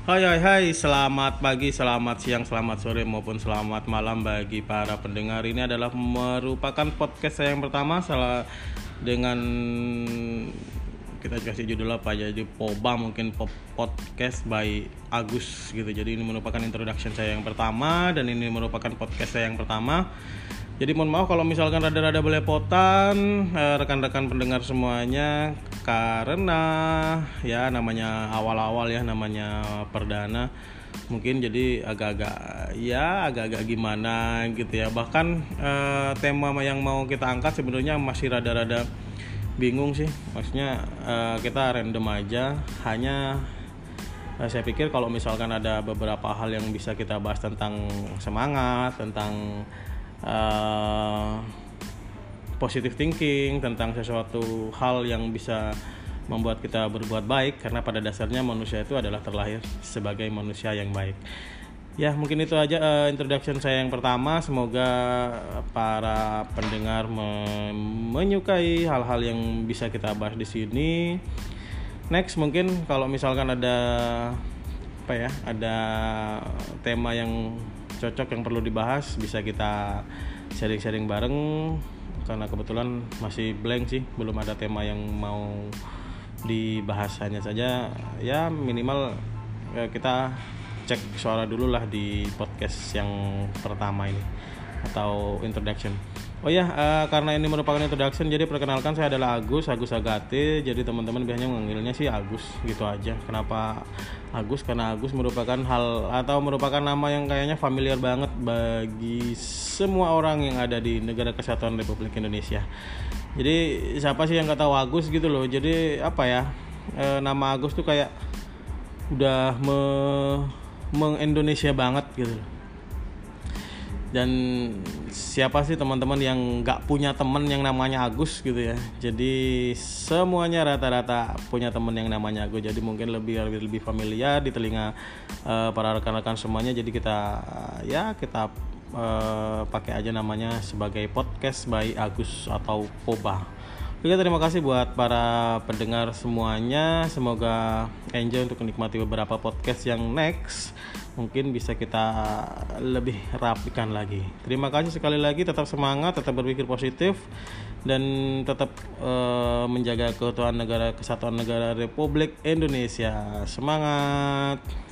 Hai hai hai, selamat pagi, selamat siang, selamat sore maupun selamat malam bagi para pendengar. Ini adalah merupakan podcast saya yang pertama dengan kita kasih judul apa aja, jadi Poba mungkin podcast by Agus gitu. Jadi ini merupakan introduction saya yang pertama dan ini merupakan podcast saya yang pertama. Jadi mohon maaf kalau misalkan rada-rada belepotan rekan-rekan pendengar semuanya, karena ya namanya awal-awal ya, namanya perdana, mungkin jadi agak-agak gimana gitu ya. Bahkan tema yang mau kita angkat sebenarnya masih rada-rada bingung sih. Maksudnya kita random aja, hanya saya pikir kalau misalkan ada beberapa hal yang bisa kita bahas tentang semangat, tentang positive thinking, tentang sesuatu hal yang bisa membuat kita berbuat baik, karena pada dasarnya manusia itu adalah terlahir sebagai manusia yang baik. Ya mungkin itu aja introduction saya yang pertama. Semoga para pendengar menyukai hal-hal yang bisa kita bahas di sini. Next mungkin kalau misalkan ada ada tema yang cocok yang perlu dibahas, bisa kita sharing-sharing bareng, karena kebetulan masih blank sih, belum ada tema yang mau dibahas. Hanya saja ya minimal kita cek suara dulu lah di podcast yang pertama ini atau introduction. Oh ya, karena ini merupakan introduction, jadi perkenalkan, saya adalah Agus Agate. Jadi teman-teman biasanya manggilnya sih Agus gitu aja. Kenapa Agus? Karena Agus merupakan merupakan nama yang kayaknya familiar banget bagi semua orang yang ada di Negara Kesatuan Republik Indonesia. Jadi siapa sih yang nggak tahu Agus gitu loh. Jadi nama Agus tuh kayak udah meng-Indonesia banget gitu loh. Dan siapa sih teman-teman yang nggak punya teman yang namanya Agus gitu ya. Jadi semuanya rata-rata punya teman yang namanya Agus. Jadi mungkin lebih familiar di telinga para rekan-rekan semuanya. Jadi kita pakai aja namanya sebagai podcast by Agus atau Poba. Oke, terima kasih buat para pendengar semuanya. Semoga enjoy untuk menikmati beberapa podcast yang next. Mungkin bisa kita lebih rapikan lagi. Terima kasih sekali lagi, tetap semangat, tetap berpikir positif, dan tetap menjaga keutuhan Kesatuan Negara Republik Indonesia. Semangat!